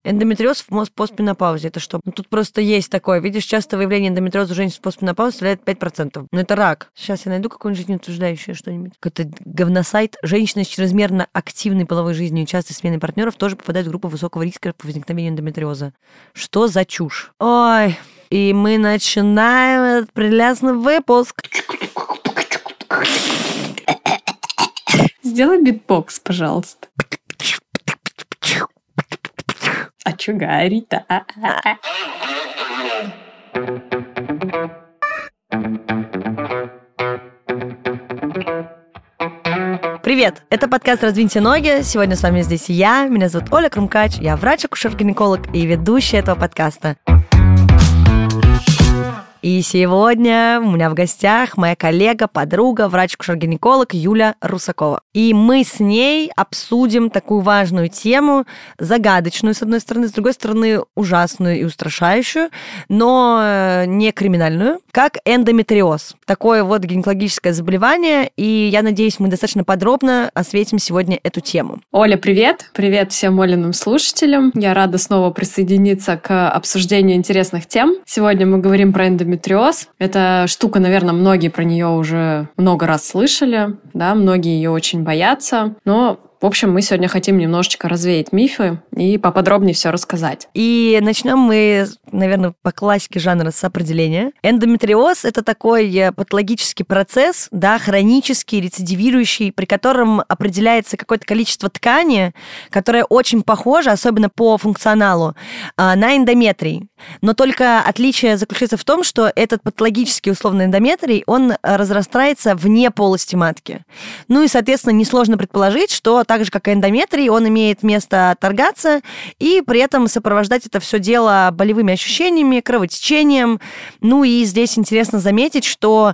Эндометриоз в постменопаузе. Это что? Тут просто есть такое. Видишь, часто выявление эндометриоза у женщин в постменопаузе составляет 5%. Но это рак. Сейчас я найду какое-нибудь жизнеутверждающее что-нибудь. Какой-то говносайт. Женщины с чрезмерно активной половой жизнью и частой сменой партнеров тоже попадают в группу высокого риска по возникновению эндометриоза. Что за чушь? Ой, и мы начинаем этот прелестный выпуск. Сделай битбокс, пожалуйста. А чё говорит-то? Привет! Это подкаст «Раздвиньте ноги». Сегодня с вами здесь я. Меня зовут Оля Крумкач. Я врач-акушер-гинеколог и ведущая этого подкаста. И сегодня у меня в гостях моя коллега, подруга, врач-акушер-гинеколог Юля Русакова. И мы с ней обсудим такую важную тему, загадочную, с одной стороны, с другой стороны, ужасную и устрашающую, но не криминальную, как эндометриоз. Такое вот гинекологическое заболевание, и я надеюсь, мы достаточно подробно осветим сегодня эту тему. Оля, привет! Привет всем Олиным слушателям. Я рада снова присоединиться к обсуждению интересных тем. Сегодня мы говорим про эндометриоз. Эта штука, наверное, многие про нее уже много раз слышали, да, многие ее очень боятся, но в общем, мы сегодня хотим немножечко развеять мифы и поподробнее все рассказать. И начнем мы, наверное, по классике жанра с определения. Эндометриоз – это такой патологический процесс, да, хронический, рецидивирующий, при котором определяется какое-то количество ткани, которое очень похоже, особенно по функционалу, на эндометрий. Но только отличие заключается в том, что этот патологический условный эндометрий, он разрастается вне полости матки. Ну и, соответственно, несложно предположить, что так же, как и эндометрий, он имеет место торгаться и при этом сопровождать это все дело болевыми ощущениями, кровотечением. Ну и здесь интересно заметить, что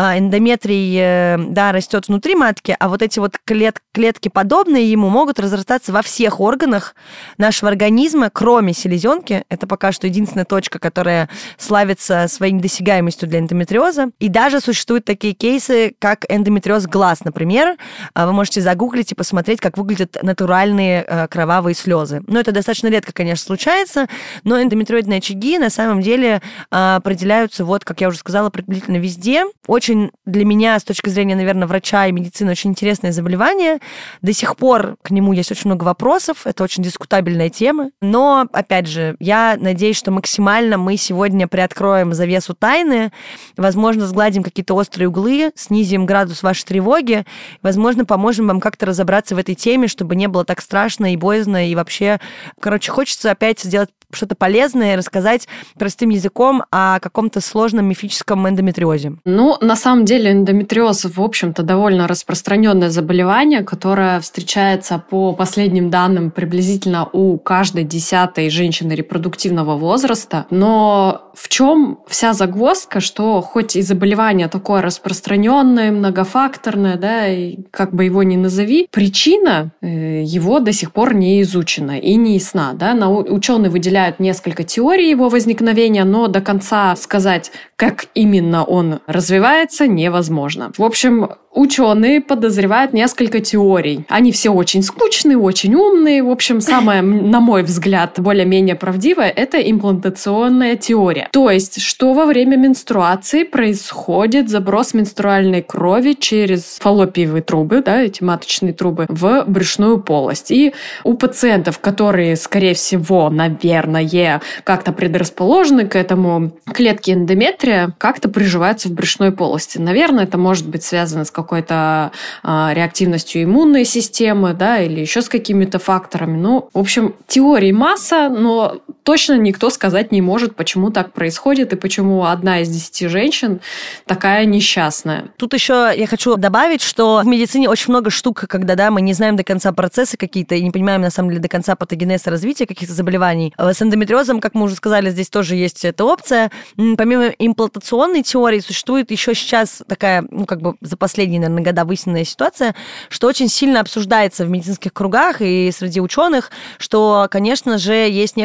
эндометрий, да, растет внутри матки, а вот эти вот клетки, подобные ему, могут разрастаться во всех органах нашего организма, кроме селезенки. Это пока что единственная точка, которая славится своей недосягаемостью для эндометриоза. И даже существуют такие кейсы, как эндометриоз глаз, например. Вы можете загуглить и посмотреть, как выглядят натуральные кровавые слезы. Но это достаточно редко, конечно, случается, но эндометриоидные очаги на самом деле определяются, вот, как я уже сказала, приблизительно везде. Очень для меня, с точки зрения, наверное, врача и медицины, очень интересное заболевание. До сих пор к нему есть очень много вопросов, это очень дискутабельная тема. Но, опять же, я надеюсь, что максимально мы сегодня приоткроем завесу тайны, возможно, сгладим какие-то острые углы, снизим градус вашей тревоги, возможно, поможем вам как-то разобраться в этой теме, чтобы не было так страшно и боязно, и вообще, короче, хочется опять сделать что-то полезное и рассказать простым языком о каком-то сложном мифическом эндометриозе. Ну, на самом деле, эндометриоз, в общем-то, довольно распространенное заболевание, которое встречается по последним данным приблизительно у каждой 10-й женщины репродуктивного возраста. Но в чем вся загвоздка, что хоть и заболевание такое распространенное, многофакторное, да, и как бы его ни назови, причина его до сих пор не изучена и не ясна. Да? Ученые выделяют несколько теорий его возникновения, но до конца сказать, как именно он развивается, невозможно. В общем, ученые подозревают несколько теорий. Они все очень скучные, очень умные. В общем, самое, на мой взгляд, более-менее правдивое – это имплантационная теория. То есть, что во время менструации происходит заброс менструальной крови через фаллопиевые трубы, да, эти маточные трубы, в брюшную полость. И у пациентов, которые, скорее всего, наверное, как-то предрасположены к этому, клетки эндометрия как-то приживаются в брюшной полости. Наверное, это может быть связано с какой-то реактивностью иммунной системы, да, или еще с какими-то факторами. Ну, в общем, теорий масса, но точно никто сказать не может, почему так происходит и почему 1 из 10 женщин такая несчастная. Тут еще я хочу добавить, что в медицине очень много штук, когда, да, мы не знаем до конца процессы какие-то и не понимаем, на самом деле, до конца патогенез развития каких-то заболеваний. С эндометриозом, как мы уже сказали, здесь тоже есть эта опция. Помимо имплантационной теории, существует еще сейчас такая, ну, как бы за последние, наверное, года выясненная ситуация, что очень сильно обсуждается в медицинских кругах и среди ученых, что, конечно же, есть некоторая роль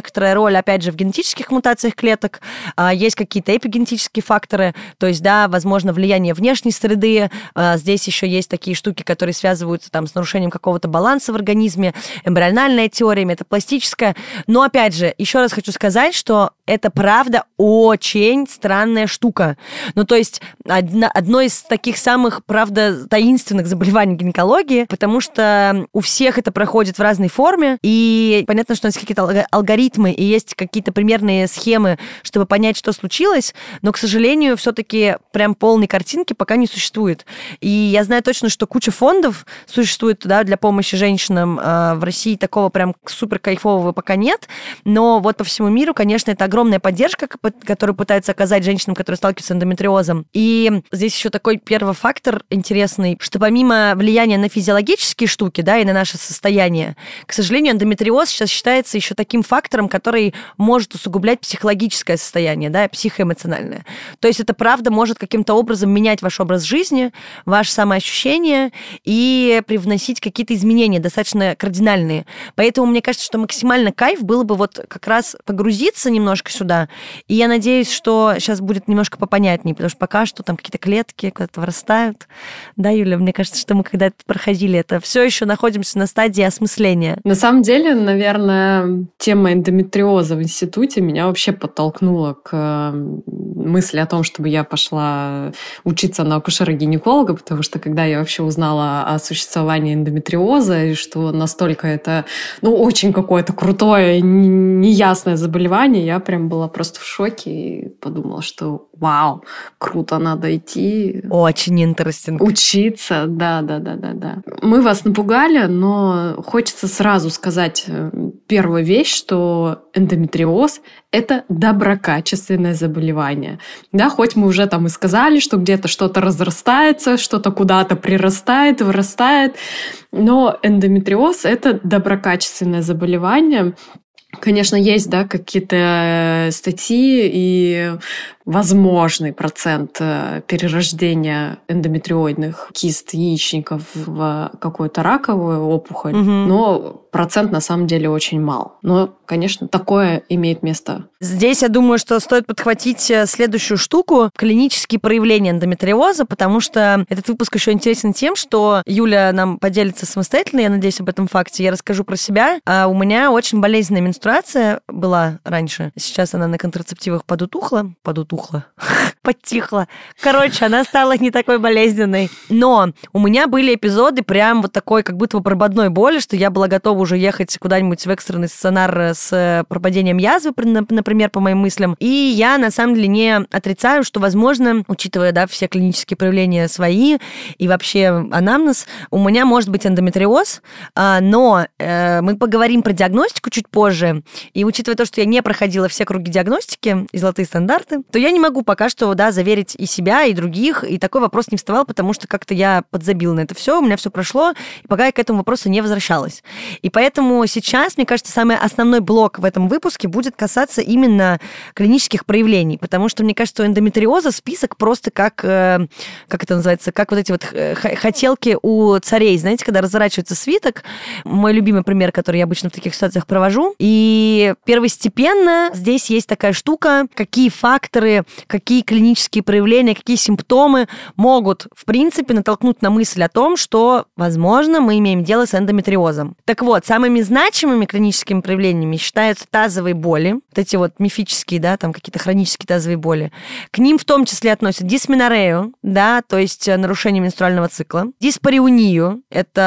роль, опять же, в генетических мутациях клеток, есть какие-то эпигенетические факторы, то есть, да, возможно, влияние внешней среды, здесь еще есть такие штуки, которые связываются там с нарушением какого-то баланса в организме, эмбриональная теория, метапластическая. Но, опять же, еще раз хочу сказать, что это, правда, очень странная штука. Ну, то есть, одно из таких самых, правда, таинственных заболеваний гинекологии, потому что у всех это проходит в разной форме, и понятно, что у нас есть какие-то алгоритмы, и есть какие-то примерные схемы, чтобы понять, что случилось, но, к сожалению, все-таки прям полной картинки пока не существует. И я знаю точно, что куча фондов существует, да, для помощи женщинам. В России такого прям супер кайфового пока нет, но вот по всему миру, конечно, это огромная поддержка, которую пытаются оказать женщинам, которые сталкиваются с эндометриозом. И здесь еще такой первый фактор интересный, что помимо влияния на физиологические штуки, да, и на наше состояние, к сожалению, эндометриоз сейчас считается еще таким фактором, который может усугублять психологическое состояние, да, психоэмоциональное. То есть это, правда, может каким-то образом менять ваш образ жизни, ваше самоощущение и привносить какие-то изменения достаточно кардинальные. Поэтому мне кажется, что максимально кайф было бы вот как раз погрузиться немножко сюда. И я надеюсь, что сейчас будет немножко попонятнее, потому что пока что там какие-то клетки куда-то вырастают. Да, Юля, мне кажется, что мы когда-то проходили это, все еще находимся на стадии осмысления. На самом деле, наверное, тема эндометриоза в институте меня вообще подтолкнула к мысли о том, чтобы я пошла учиться на акушера-гинеколога, потому что когда я вообще узнала о существовании эндометриоза, и что настолько это, очень какое-то крутое, неясное заболевание, я прям была просто в шоке и подумала, что вау, круто, надо идти. Очень интересно. Учиться, да. Мы вас напугали, но хочется сразу сказать первую вещь, что эндометриоз – это доброкачественное заболевание. Да, хоть мы уже там и сказали, что где-то что-то разрастается, что-то куда-то прирастает, вырастает, но эндометриоз – это доброкачественное заболевание. Конечно, есть, да, какие-то статьи и возможный процент перерождения эндометриоидных кист яичников в какую-то раковую опухоль, но процент на самом деле очень мал. Но, конечно, такое имеет место. Здесь я думаю, что стоит подхватить следующую штуку – клинические проявления эндометриоза, потому что этот выпуск еще интересен тем, что Юля нам поделится самостоятельно, я надеюсь, об этом факте. Я расскажу про себя. У меня очень болезненная менструация была раньше. Сейчас она на контрацептивах подутухла. Подтихла. Короче, она стала не такой болезненной. Но у меня были эпизоды прям вот такой, как будто бы прободной боли, что я была готова уже ехать куда-нибудь в экстренный стационар с пропадением язвы, например, по моим мыслям. И я, на самом деле, не отрицаю, что, возможно, учитывая, да, все клинические проявления свои и вообще анамнез, у меня может быть эндометриоз, но мы поговорим про диагностику чуть позже. И учитывая то, что я не проходила все круги диагностики и золотые стандарты, то я не могу пока что, да, заверить и себя, и других, и такой вопрос не вставал, потому что как-то я подзабила на это все, у меня все прошло, и пока я к этому вопросу не возвращалась. И поэтому сейчас, мне кажется, самый основной блок в этом выпуске будет касаться именно клинических проявлений, потому что, мне кажется, у эндометриоза список просто как это называется, как вот эти вот хотелки у царей, знаете, когда разворачивается свиток, мой любимый пример, который я обычно в таких ситуациях провожу, и первостепенно здесь есть такая штука, какие факторы, какие клинические проявления, какие симптомы могут, в принципе, натолкнуть на мысль о том, что, возможно, мы имеем дело с эндометриозом. Так вот, самыми значимыми клиническими проявлениями считаются тазовые боли, вот эти вот мифические, да, там какие-то хронические тазовые боли. К ним в том числе относят дисменорею, да, то есть нарушение менструального цикла, диспареунию,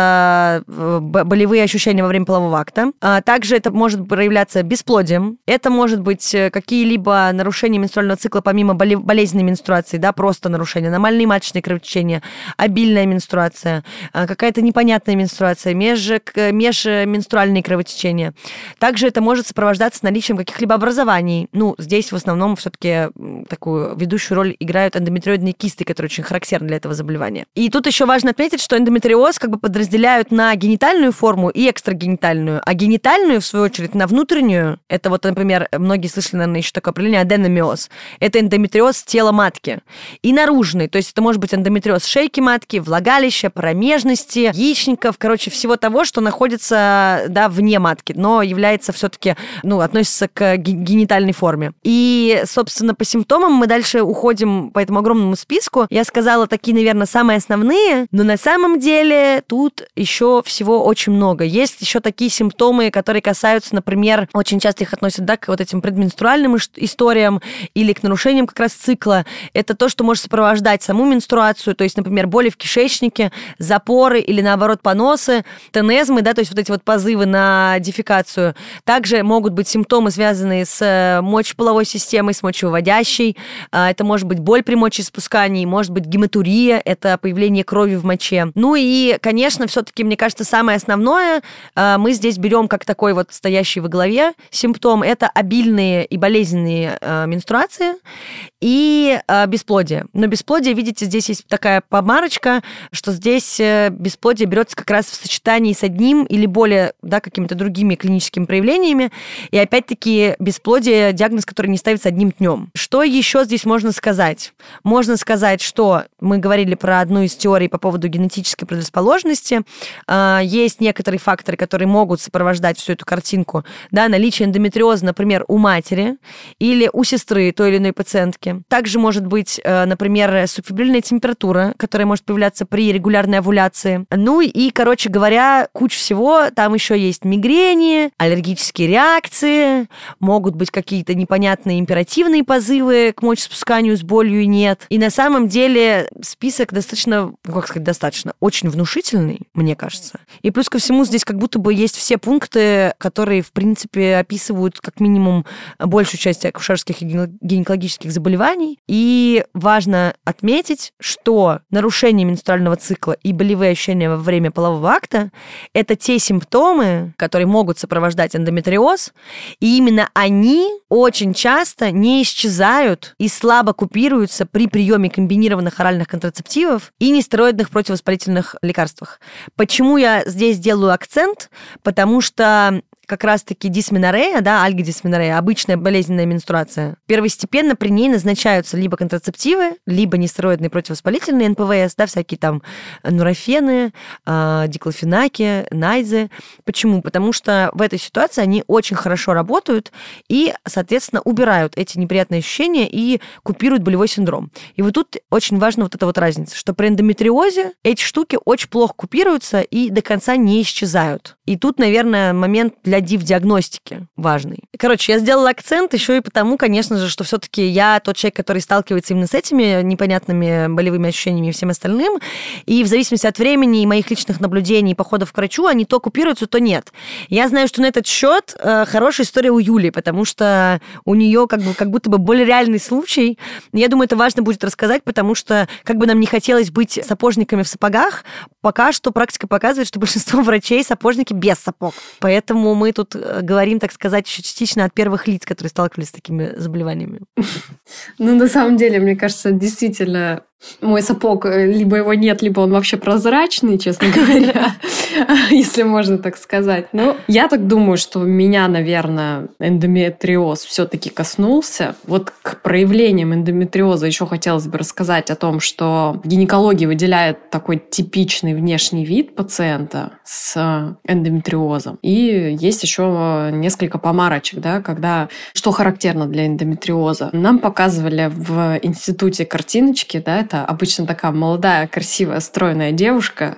это болевые ощущения во время полового акта. Также это может проявляться бесплодием, это может быть какие-либо нарушения менструального цикла помимо болезненной менструации, да, просто нарушение, аномальные маточные кровотечения, обильная менструация, какая-то непонятная менструация, межменструальные кровотечения. Также это может сопровождаться наличием каких-либо образований. Здесь в основном все-таки такую ведущую роль играют эндометриоидные кисты, которые очень характерны для этого заболевания. И тут еще важно отметить, что эндометриоз как бы подразделяют на генитальную форму и экстрагенитальную, а генитальную, в свою очередь, на внутреннюю. Это вот, например, многие слышали, наверное, еще такое определение аденомиоз. Это эндометриоз тела матки. И наружный, то есть это может быть эндометриоз шейки матки, влагалища, промежности, яичников, короче, всего того, что находится, да, вне матки, но является все-таки, относится к генитальной форме. И, собственно, по симптомам мы дальше уходим по этому огромному списку. Я сказала такие, наверное, самые основные, но на самом деле тут еще всего очень много. Есть еще такие симптомы, которые касаются, например, очень часто их относят, да, к вот этим предменструальным историям или к нарушениям как раз цикла. Это то, что может сопровождать саму менструацию, то есть, например, боли в кишечнике, запоры или, наоборот, поносы, тенезмы, да, то есть вот эти вот позывы на дефекацию. Также могут быть симптомы, связанные с мочеполовой системой, с мочевыводящей. Это может быть боль при мочеиспускании, может быть гематурия, это появление крови в моче. Ну и, конечно, все-таки, мне кажется, самое основное мы здесь берем как такой вот стоящий во главе симптом. Это обильные и болезненные менструации и бесплодие. Но бесплодие, видите, здесь есть такая помарочка, что здесь бесплодие берется как раз в сочетании с одним или более, да, какими-то другими клиническими проявлениями. И опять-таки бесплодие — диагноз, который не ставится одним днем. Что еще здесь можно сказать? Можно сказать, что мы говорили про одну из теорий по поводу генетической предрасположенности. Есть некоторые факторы, которые могут сопровождать всю эту картинку. Да, наличие эндометриоза, например, у матери или у сестры той или иной пациентки. Также может быть, например, субфебрильная температура, которая может появляться при регулярной овуляции. Ну и, короче говоря, куча всего. Там еще есть мигрени, аллергические реакции, могут быть какие-то непонятные императивные позывы к мочеиспусканию с болью и нет. И на самом деле список достаточно, очень внушительный, мне кажется. И плюс ко всему здесь как будто бы есть все пункты, которые, в принципе, описывают как минимум большую часть акушерских и гинекологических заболеваний. И важно отметить, что нарушение менструального цикла и болевые ощущения во время полового акта – это те симптомы, которые могут сопровождать эндометриоз, и именно они очень часто не исчезают и слабо купируются при приеме комбинированных оральных контрацептивов и нестероидных противовоспалительных лекарствах. Почему я здесь делаю акцент? Потому что как раз-таки дисменорея, да, альгодисменорея, обычная болезненная менструация, первостепенно при ней назначаются либо контрацептивы, либо нестероидные противовоспалительные НПВС, да, всякие там нурофены, диклофенаки, найзы. Почему? Потому что в этой ситуации они очень хорошо работают и, соответственно, убирают эти неприятные ощущения и купируют болевой синдром. И вот тут очень важна вот эта вот разница, что при эндометриозе эти штуки очень плохо купируются и до конца не исчезают. И тут, наверное, момент для диагностики важный. Короче, я сделала акцент еще и потому, конечно же, что все-таки я тот человек, который сталкивается именно с этими непонятными болевыми ощущениями и всем остальным, и в зависимости от времени и моих личных наблюдений и походов к врачу, они то купируются, то нет. Я знаю, что на этот счет хорошая история у Юли, потому что у нее как будто бы более реальный случай. Я думаю, это важно будет рассказать, потому что как бы нам не хотелось быть сапожниками в сапогах, пока что практика показывает, что большинство врачей сапожники без сапог. Поэтому мы тут говорим, так сказать, еще частично от первых лиц, которые сталкивались с такими заболеваниями. Ну, на самом деле, мне кажется, действительно, мой сапог, либо его нет, либо он вообще прозрачный, честно говоря, если можно так сказать. Ну, я так думаю, что меня, наверное, эндометриоз все-таки коснулся. Вот к проявлениям эндометриоза еще хотелось бы рассказать о том, что гинекология выделяет такой типичный внешний вид пациента с эндометриозом. И есть еще несколько помарочек, да, когда что характерно для эндометриоза. Нам показывали в институте картиночки, да, это обычно такая молодая, красивая, стройная девушка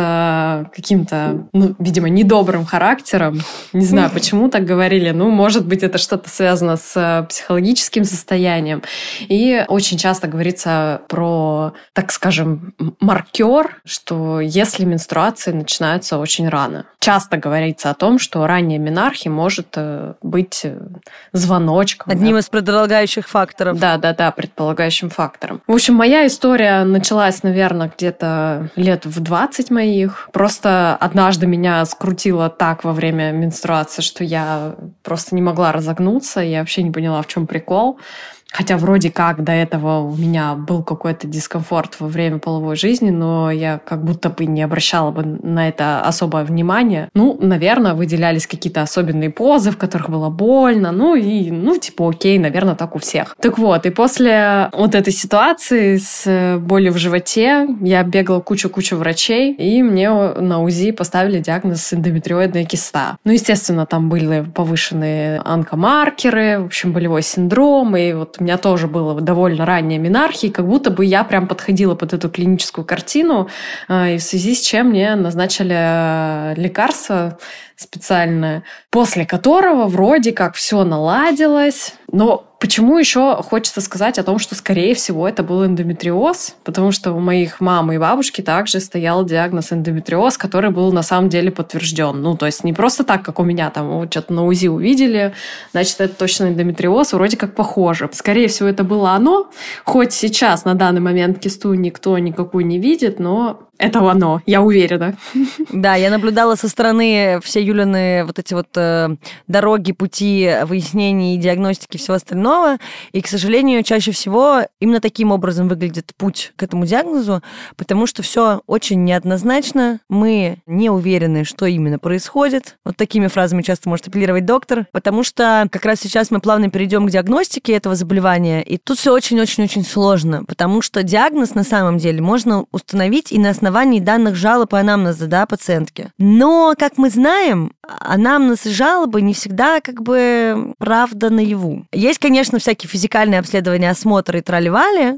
с каким-то, видимо, недобрым характером. Не знаю, почему так говорили. Может быть, это что-то связано с психологическим состоянием. И очень часто говорится про, так скажем, маркер, что если менструации начинаются очень рано. Часто говорится о том, что ранняя менархия может быть звоночком. Одним из предполагающих факторов. Да, предполагающим фактором. В общем, моя история началась, наверное, где-то лет в 20 моих. Просто однажды меня скрутило так во время менструации, что я просто не могла разогнуться. Я вообще не поняла, в чем прикол. Хотя вроде как до этого у меня был какой-то дискомфорт во время половой жизни, но я как будто бы не обращала бы на это особое внимание. Наверное, выделялись какие-то особенные позы, в которых было больно. Окей, наверное, так у всех. Так вот, и после вот этой ситуации с болью в животе я бегала кучу врачей, и мне на УЗИ поставили диагноз эндометриоидная киста. Естественно, там были повышенные онкомаркеры, в общем, болевой синдром, и вот у меня тоже было довольно ранняя менархия, как будто бы я прям подходила под эту клиническую картину, и в связи с чем мне назначили лекарство специальное, после которого вроде как все наладилось. Но почему еще хочется сказать о том, что, скорее всего, это был эндометриоз? Потому что у моих мамы и бабушки также стоял диагноз эндометриоз, который был на самом деле подтвержден. То есть не просто так, как у меня там что-то на УЗИ увидели, значит, это точно эндометриоз, вроде как похоже. Скорее всего, это было оно. Хоть сейчас, на данный момент, кисту никто никакую не видит, но это оно, я уверена. Да, я наблюдала со стороны все Юлины вот эти вот дороги, пути выяснений, диагностики и всего остального. И, к сожалению, чаще всего именно таким образом выглядит путь к этому диагнозу, потому что все очень неоднозначно. Мы не уверены, что именно происходит. Вот такими фразами часто может апеллировать доктор, потому что как раз сейчас мы плавно перейдем к диагностике этого заболевания. И тут все очень-очень-очень сложно, потому что диагноз на самом деле можно установить и на основании данных жалоб и анамнеза, пациентки. Но, как мы знаем, анамнез и жалобы не всегда правда наяву. Есть, конечно, всякие физикальные обследования, осмотры и трали-вали,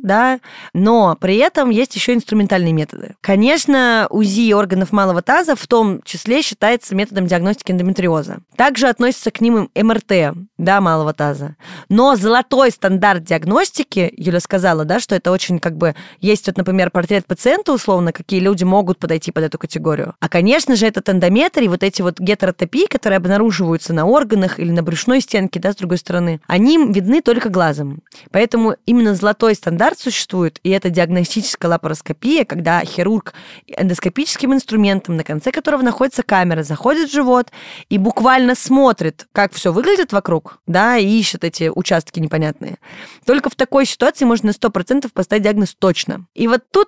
но при этом есть еще инструментальные методы. Конечно, УЗИ органов малого таза в том числе считается методом диагностики эндометриоза. Также относится к ним МРТ, малого таза. Но золотой стандарт диагностики, Юля сказала, что это очень есть, например, портрет пациента, условно, какие люди могут подойти под эту категорию. А, конечно же, этот эндометрий, вот эти вот гетеротопии, которые обнаруживаются на органах или на брюшной стенке, с другой стороны, они видны только глазом. Поэтому именно золотой стандарт существует, и это диагностическая лапароскопия, когда хирург эндоскопическим инструментом, на конце которого находится камера, заходит в живот и буквально смотрит, как все выглядит вокруг, и ищет эти участки непонятные. Только в такой ситуации можно на 100% поставить диагноз точно. И вот тут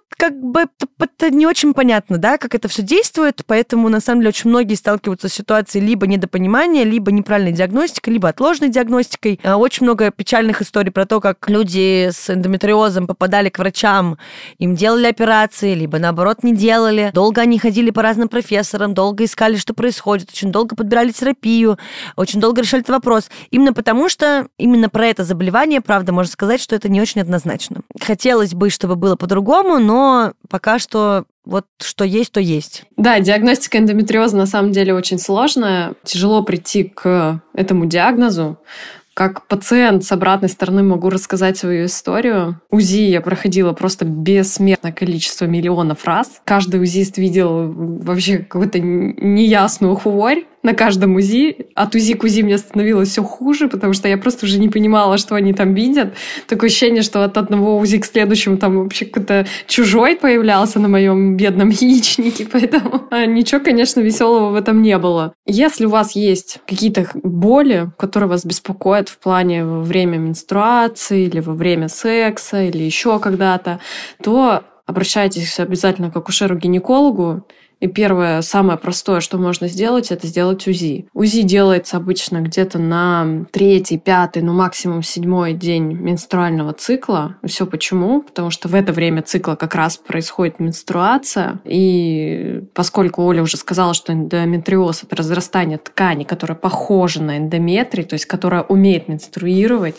это не очень понятно, как это все действует, поэтому, на самом деле, очень многие сталкиваются с ситуацией либо недопонимания, либо неправильной диагностикой, либо отложенной диагностикой. Очень много печальных историй про то, как люди с эндометриозом попадали к врачам, им делали операции, либо, наоборот, не делали. Долго они ходили по разным профессорам, долго искали, что происходит, очень долго подбирали терапию, очень долго решали этот вопрос. Именно потому, что именно про это заболевание, правда, можно сказать, что это не очень однозначно. Хотелось бы, чтобы было по-другому, но пока что вот что есть, то есть. Да, диагностика эндометриоза на самом деле очень сложная. Тяжело прийти к этому диагнозу. Как пациент с обратной стороны могу рассказать свою историю. УЗИ я проходила просто бессмертное количество, миллионов раз. Каждый УЗИст видел вообще какую-то неясную хворь на каждом УЗИ. От УЗИ к УЗИ мне становилось все хуже, потому что я просто уже не понимала, что они там видят. Такое ощущение, что от одного УЗИ к следующему там вообще какой-то чужой появлялся на моем бедном яичнике, поэтому ничего, конечно, веселого в этом не было. Если у вас есть какие-то боли, которые вас беспокоят в плане во время менструации или во время секса или еще когда-то, то обращайтесь обязательно к акушеру-гинекологу. И первое, самое простое, что можно сделать, это сделать УЗИ. УЗИ делается обычно где-то на 3-й, 5-й, максимум 7-й день менструального цикла. Все почему? Потому что в это время цикла как раз происходит менструация. И поскольку Оля уже сказала, что эндометриоз — это разрастание ткани, которая похожа на эндометрий, то есть которая умеет менструировать,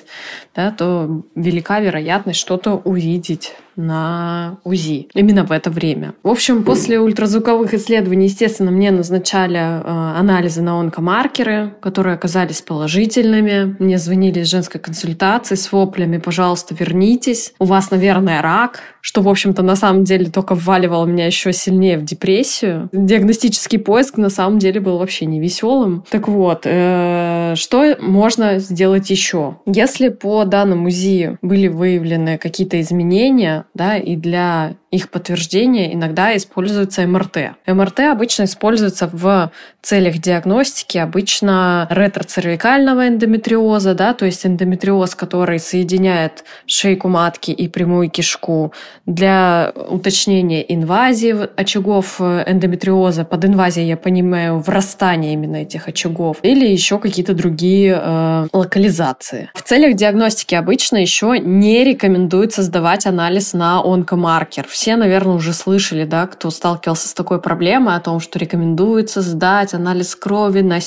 то велика вероятность что-то увидеть на УЗИ именно в это время. В общем, после ультразвуковых исследований, естественно, мне назначали анализы на онкомаркеры, которые оказались положительными. Мне звонили из женской консультации с воплями: пожалуйста, вернитесь, у вас, наверное, рак, что, в общем-то, на самом деле только вваливало меня еще сильнее в депрессию. Диагностический поиск на самом деле был вообще не веселым. Так вот, что можно сделать еще? Если по данным УЗИ были выявлены какие-то изменения, да, и для их подтверждения иногда используется МРТ. МРТ обычно используется в целях диагностики, обычно ретроцервикального эндометриоза, да, то есть эндометриоз, который соединяет шейку матки и прямую кишку, для уточнения инвазии очагов эндометриоза. Под инвазией я понимаю врастание именно этих очагов или еще какие-то другие локализации. В целях диагностики обычно еще не рекомендуется сдавать анализ на онкомаркер. Все, наверное, уже слышали, да, кто сталкивался с такой проблемой, о том, что рекомендуется сдать анализ крови на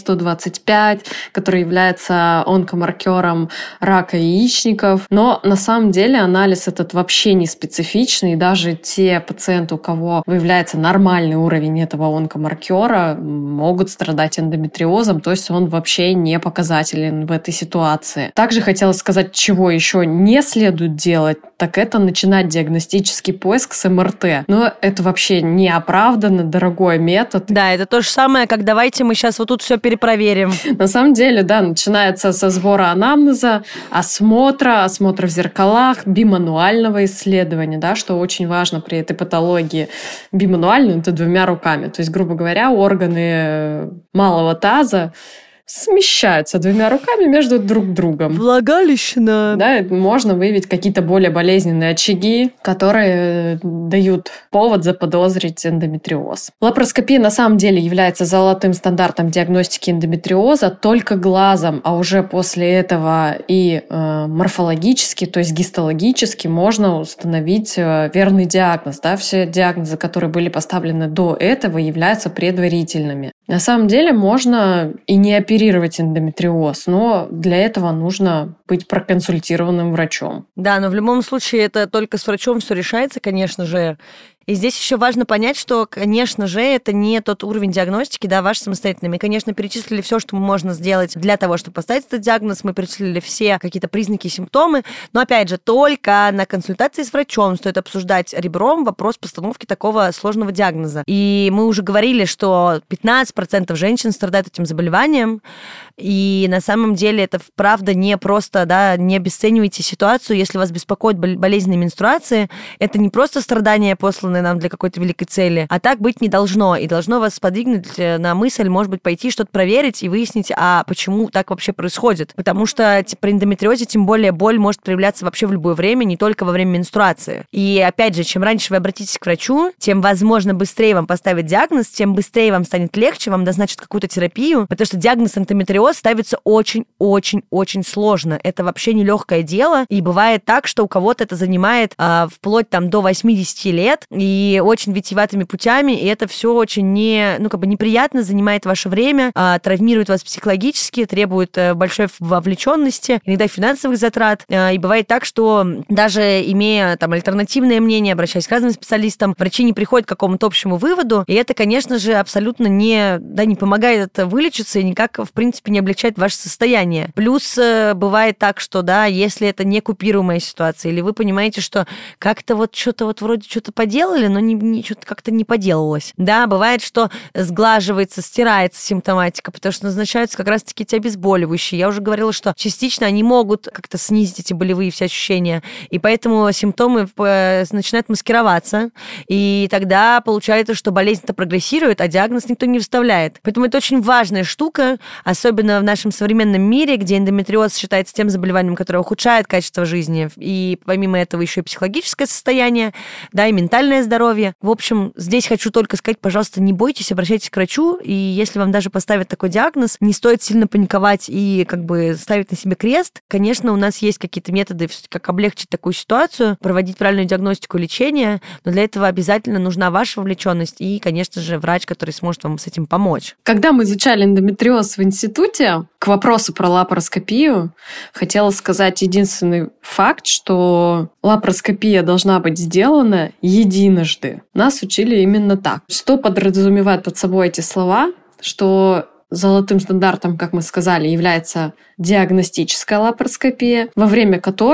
CA-125, который является онкомаркером рака яичников. Но на самом деле анализ этот вообще не специфичный, и даже те пациенты, у кого выявляется нормальный уровень этого онкомаркера, могут страдать эндометриозом, то есть он вообще не показателен в этой ситуации. Также хотела сказать, чего еще не следует делать, так это начинать диагностический поиск с МРТ. Но это вообще неоправданно дорогой метод. Да, это то же самое, как давайте мы сейчас вот тут все перепроверим. На самом деле, да, начинается со сбора анамнеза, осмотра в зеркалах, бимануального исследования, да, что очень важно при этой патологии. Бимануально — это 2 руками. То есть, грубо говоря, органы малого таза смещаются 2 руками между друг другом. Влагалищно. Да, можно выявить какие-то более болезненные очаги, которые дают повод заподозрить эндометриоз. Лапароскопия на самом деле является золотым стандартом диагностики эндометриоза только глазом, а уже после этого и морфологически, то есть гистологически можно установить верный диагноз. Да? Все диагнозы, которые были поставлены до этого, являются предварительными. На самом деле можно и не оперировать эндометриоз, но для этого нужно быть проконсультированным врачом. Да, но в любом случае это только с врачом все решается, конечно же. И здесь еще важно понять, что, конечно же, это не тот уровень диагностики, да, ваш самостоятельный. Мы, конечно, перечислили все, что можно сделать для того, чтобы поставить этот диагноз. Мы перечислили все какие-то признаки и симптомы. Но, опять же, только на консультации с врачом стоит обсуждать ребром вопрос постановки такого сложного диагноза. И мы уже говорили, что 15% женщин страдают этим заболеванием. И на самом деле это, правда, не просто, да, не обесценивайте ситуацию. Если вас беспокоят болезненные менструации, это не просто страдания, посланные нам для какой-то великой цели, а так быть не должно. И должно вас сподвигнуть на мысль, может быть, пойти что-то проверить и выяснить, а почему так вообще происходит. Потому что при эндометриозе, тем более, боль может проявляться вообще в любое время, не только во время менструации. И, опять же, чем раньше вы обратитесь к врачу, тем, возможно, быстрее вам поставят диагноз, тем быстрее вам станет легче, вам назначат какую-то терапию, потому что диагноз эндометриоз ставится очень-очень-очень сложно. Это вообще нелегкое дело, и бывает так, что у кого-то это занимает вплоть там до 80 лет, и очень витиеватыми путями, и это все очень неприятно, занимает ваше время, травмирует вас психологически, требует большой вовлеченности, иногда финансовых затрат. И бывает так, что даже имея там альтернативное мнение, обращаясь к разным специалистам, врачи не приходят к какому-то общему выводу, и это, конечно же, абсолютно не помогает вылечиться и никак, в принципе, не облегчает ваше состояние. Плюс бывает так, что, да, если это не купируемая ситуация, или вы понимаете, что как-то вот что-то вот вроде что-то поделали, но что-то как-то не поделалось. Да, бывает, что сглаживается, стирается симптоматика, потому что назначаются как раз-таки эти обезболивающие. Я уже говорила, что частично они могут как-то снизить эти болевые все ощущения, и поэтому симптомы начинают маскироваться, и тогда получается, что болезнь-то прогрессирует, а диагноз никто не вставляет. Поэтому это очень важная штука, особенно в нашем современном мире, где эндометриоз считается тем заболеванием, которое ухудшает качество жизни, и помимо этого еще и психологическое состояние, да, и ментальное здоровье. В общем, здесь хочу только сказать, пожалуйста, не бойтесь, обращайтесь к врачу, и если вам даже поставят такой диагноз, не стоит сильно паниковать и ставить на себе крест. Конечно, у нас есть какие-то методы, как облегчить такую ситуацию, проводить правильную диагностику и лечение, но для этого обязательно нужна ваша вовлеченность и, конечно же, врач, который сможет вам с этим помочь. Когда мы изучали эндометриоз в институте, к вопросу про лапароскопию, хотела сказать единственный факт, что лапароскопия должна быть сделана единожды. Нас учили именно так. Что подразумевают под собой эти слова? Что золотым стандартом, как мы сказали, является диагностическая лапароскопия, во время которой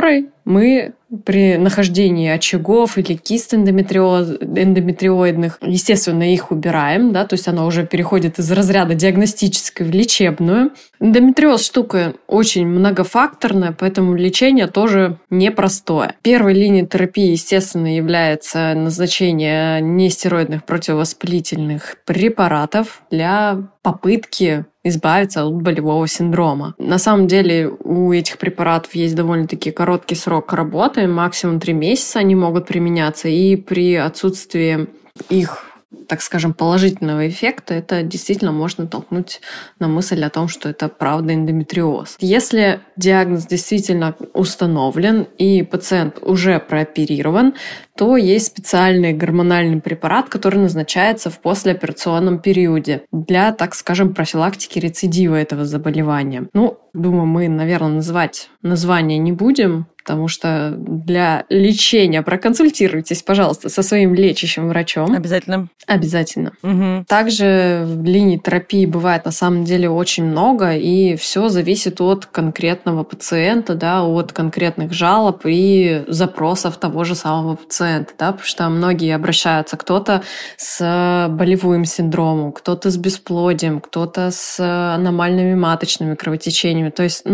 мы при нахождении очагов или кист эндометриоидных, естественно, их убираем, да, то есть она уже переходит из разряда диагностической в лечебную. Эндометриоз штука очень многофакторная, поэтому лечение тоже непростое. Первой линией терапии, естественно, является назначение нестероидных противовоспалительных препаратов для попытки избавиться от болевого синдрома. На самом деле у этих препаратов есть довольно-таки короткий срок работы, максимум 3 месяца они могут применяться, и при отсутствии их, так скажем, положительного эффекта, это действительно можно толкнуть на мысль о том, что это правда эндометриоз. Если диагноз действительно установлен и пациент уже прооперирован, то есть специальный гормональный препарат, который назначается в послеоперационном периоде для, так скажем, профилактики рецидива этого заболевания. Думаю, мы, наверное, называть название не будем, потому что для лечения проконсультируйтесь, пожалуйста, со своим лечащим врачом. Обязательно. Угу. Также в линии терапии бывает на самом деле очень много, и все зависит от конкретного пациента, да, от конкретных жалоб и запросов того же самого пациента, да, потому что многие обращаются, кто-то с болевым синдромом, кто-то с бесплодием, кто-то с аномальными маточными кровотечениями. То есть,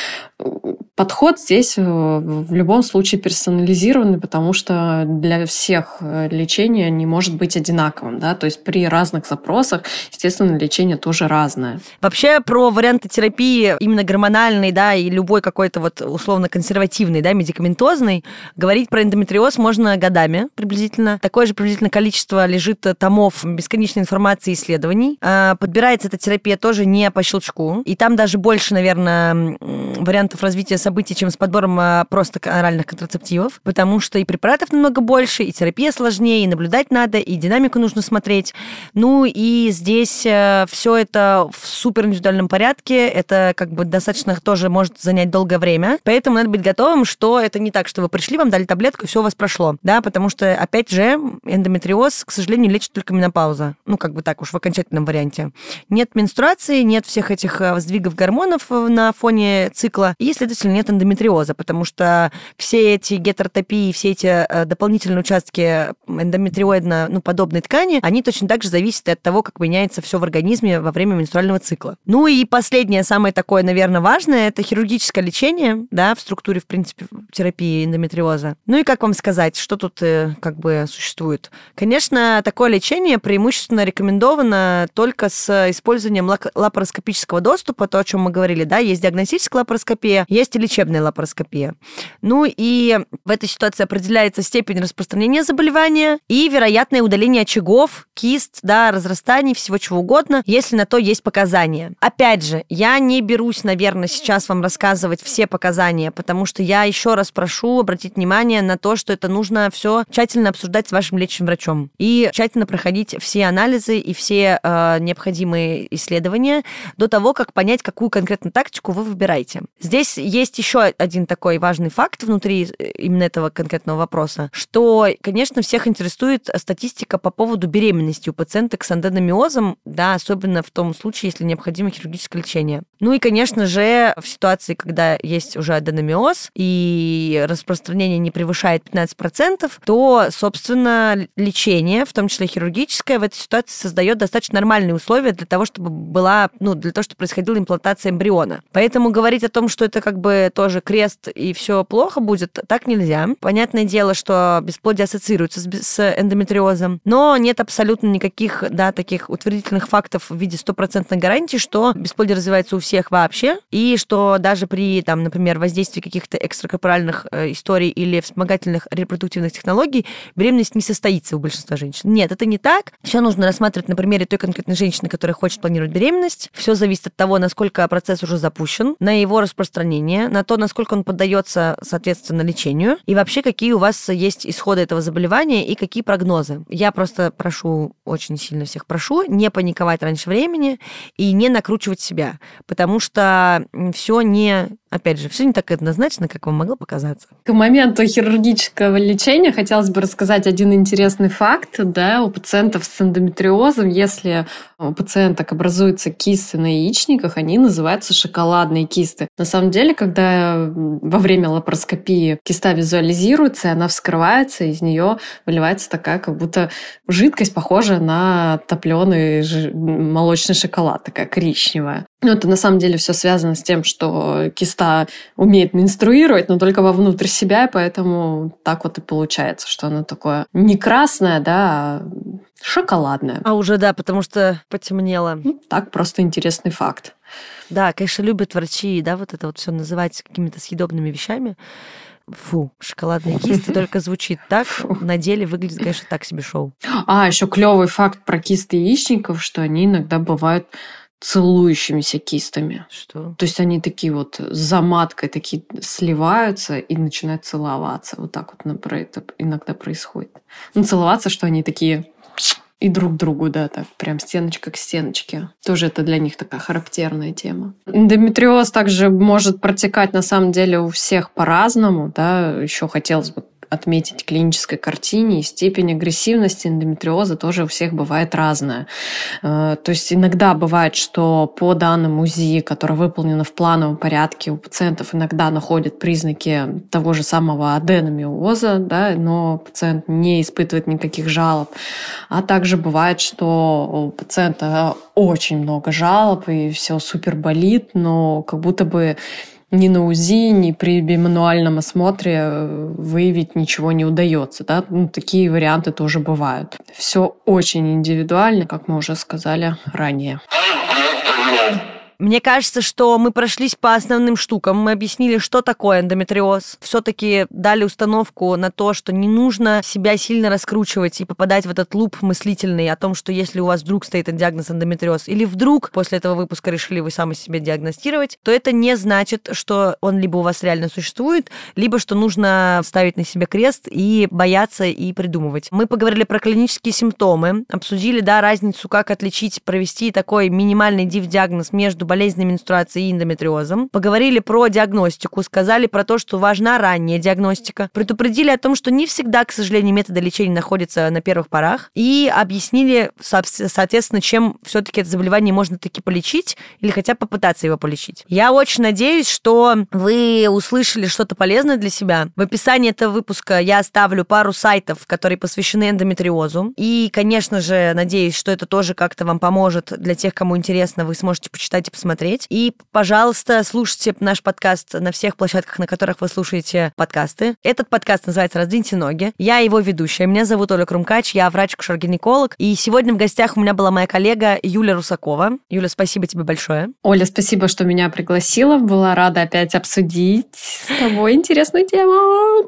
подход здесь в любом случае персонализированный, потому что для всех лечение не может быть одинаковым, да, то есть при разных запросах, естественно, лечение тоже разное. Вообще про варианты терапии именно гормональной, да, и любой какой-то условно консервативный, да, медикаментозный, говорить про эндометриоз можно годами приблизительно. Такое же приблизительное количество лежит томов бесконечной информации и исследований. Подбирается эта терапия тоже не по щелчку, и там даже больше, наверное, вариантов развития событий, чем с подбором просто оральных контрацептивов, потому что и препаратов намного больше, и терапия сложнее, и наблюдать надо, и динамику нужно смотреть. И здесь все это в супер индивидуальном порядке, это достаточно тоже может занять долгое время, поэтому надо быть готовым, что это не так, что вы пришли, вам дали таблетку, и все у вас прошло, да, потому что, опять же, эндометриоз, к сожалению, лечит только менопауза, так уж в окончательном варианте. Нет менструации, нет всех этих сдвигов гормонов на фоне цикла, и, следовательно, нет эндометриоза, потому что все эти гетеротопии, все эти дополнительные участки эндометриоидно-подобной ткани, они точно так же зависят от того, как меняется все в организме во время менструального цикла. И последнее, самое такое, наверное, важное, это хирургическое лечение, да, в структуре, в принципе, терапии эндометриоза. И как вам сказать, что тут существует? Конечно, такое лечение преимущественно рекомендовано только с использованием лапароскопического доступа, то, о чем мы говорили, да, есть диагностическая лапароскопия, есть и лечебная лапароскопия. И в этой ситуации определяется степень распространения заболевания и вероятное удаление очагов, кист, да, разрастаний, всего чего угодно, если на то есть показания. Опять же, я не берусь, наверное, сейчас вам рассказывать все показания, потому что я еще раз прошу обратить внимание на то, что это нужно все тщательно обсуждать с вашим лечащим врачом и тщательно проходить все анализы и все необходимые исследования до того, как понять, какую конкретно тактику вы выбираете. Здесь есть еще один такой важный факт внутри именно этого конкретного вопроса, что, конечно, всех интересует статистика по поводу беременности у пациенток с эндометриозом, да, особенно в том случае, если необходимо хирургическое лечение. И, конечно же, в ситуации, когда есть уже аденомиоз и распространение не превышает 15%, то, собственно, лечение, в том числе хирургическое, в этой ситуации создает достаточно нормальные условия для того, чтобы для того, чтобы происходила имплантация эмбриона. Поэтому говорить о том, что это тоже крест и все плохо будет, так нельзя. Понятное дело, что бесплодие ассоциируется с эндометриозом, но нет абсолютно никаких, да, таких утвердительных фактов в виде 100% гарантии, что бесплодие развивается у всех вообще, и что даже при, например, воздействии каких-то экстракорпоральных историй или вспомогательных репродуктивных технологий беременность не состоится у большинства женщин. Нет, это не так. Все нужно рассматривать на примере той конкретной женщины, которая хочет планировать беременность. Все зависит от того, насколько процесс уже запущен, на его распространение, на то, насколько он поддается, соответственно, лечению, и вообще, какие у вас есть исходы этого заболевания и какие прогнозы. Я просто очень сильно всех прошу, не паниковать раньше времени и не накручивать себя, потому что все не так однозначно, как вам могло показаться. К моменту хирургического лечения хотелось бы рассказать один интересный факт, да, у пациентов с эндометриозом, если у пациенток образуются кисты на яичниках, они называются шоколадные кисты. На самом деле, когда когда во время лапароскопии киста визуализируется, и она вскрывается, из нее выливается такая как будто жидкость, похожая на топленый молочный шоколад, такая коричневая. Но это на самом деле все связано с тем, что киста умеет менструировать, но только вовнутрь себя, и поэтому так вот и получается, что оно такое не красное, да, а шоколадное. А уже да, потому что потемнело. Так, просто интересный факт. Да, конечно, любят врачи, да, вот это вот все называть какими-то съедобными вещами. Фу, шоколадные кисты только звучит так, на деле выглядит, конечно, так себе шоу. Еще клевый факт про кисты яичников, что они иногда бывают целующимися кистами. Что? То есть они такие вот с заматкой такие сливаются и начинают целоваться. Вот так вот это иногда происходит. Целоваться, что они такие и друг другу, да, так прям стеночка к стеночке. Тоже это для них такая характерная тема. Эндометриоз также может протекать на самом деле у всех по-разному, да. Еще хотелось бы отметить в клинической картине, и степень агрессивности эндометриоза тоже у всех бывает разная. То есть иногда бывает, что по данным УЗИ, которое выполнено в плановом порядке, у пациентов иногда находят признаки того же самого аденомиоза, да, но пациент не испытывает никаких жалоб. А также бывает, что у пациента очень много жалоб, и все супер болит, но как будто бы ни на УЗИ, ни при бимануальном осмотре выявить ничего не удается. Да? Такие варианты тоже бывают. Все очень индивидуально, как мы уже сказали ранее. Мне кажется, что мы прошлись по основным штукам, мы объяснили, что такое эндометриоз, все-таки дали установку на то, что не нужно себя сильно раскручивать и попадать в этот луп мыслительный о том, что если у вас вдруг стоит диагноз эндометриоз, или вдруг после этого выпуска решили вы сами себе диагностировать, то это не значит, что он либо у вас реально существует, либо что нужно ставить на себе крест и бояться и придумывать. Мы поговорили про клинические симптомы, обсудили, да, разницу, как отличить, провести такой минимальный диф-диагноз между болезненной менструацией и эндометриозом. Поговорили про диагностику, сказали про то, что важна ранняя диагностика. Предупредили о том, что не всегда, к сожалению, методы лечения находятся на первых порах. И объяснили, соответственно, чем все-таки это заболевание можно таки полечить или хотя бы попытаться его полечить. Я очень надеюсь, что вы услышали что-то полезное для себя. В описании этого выпуска я оставлю пару сайтов, которые посвящены эндометриозу. И, конечно же, надеюсь, что это тоже как-то вам поможет для тех, кому интересно. Вы сможете почитать и посмотреть. И, пожалуйста, слушайте наш подкаст на всех площадках, на которых вы слушаете подкасты. Этот подкаст называется «Раздвиньте ноги». Я его ведущая. Меня зовут Оля Крумкач, я врач-акушер-гинеколог. И сегодня в гостях у меня была моя коллега Юля Русакова. Юля, спасибо тебе большое. Оля, спасибо, что меня пригласила. Была рада опять обсудить с тобой интересную тему.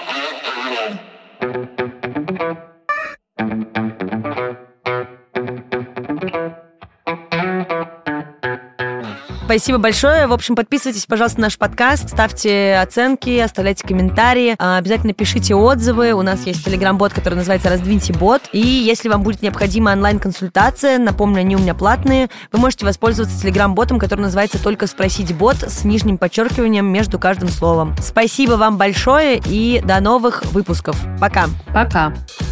Спасибо большое. В общем, подписывайтесь, пожалуйста, на наш подкаст, ставьте оценки, оставляйте комментарии, обязательно пишите отзывы. У нас есть телеграм-бот, который называется «Раздвиньте бот». И если вам будет необходима онлайн-консультация, напомню, они у меня платные, вы можете воспользоваться телеграм-ботом, который называется «Только спросить бот» с нижним подчеркиванием между каждым словом. Спасибо вам большое и до новых выпусков. Пока. Пока.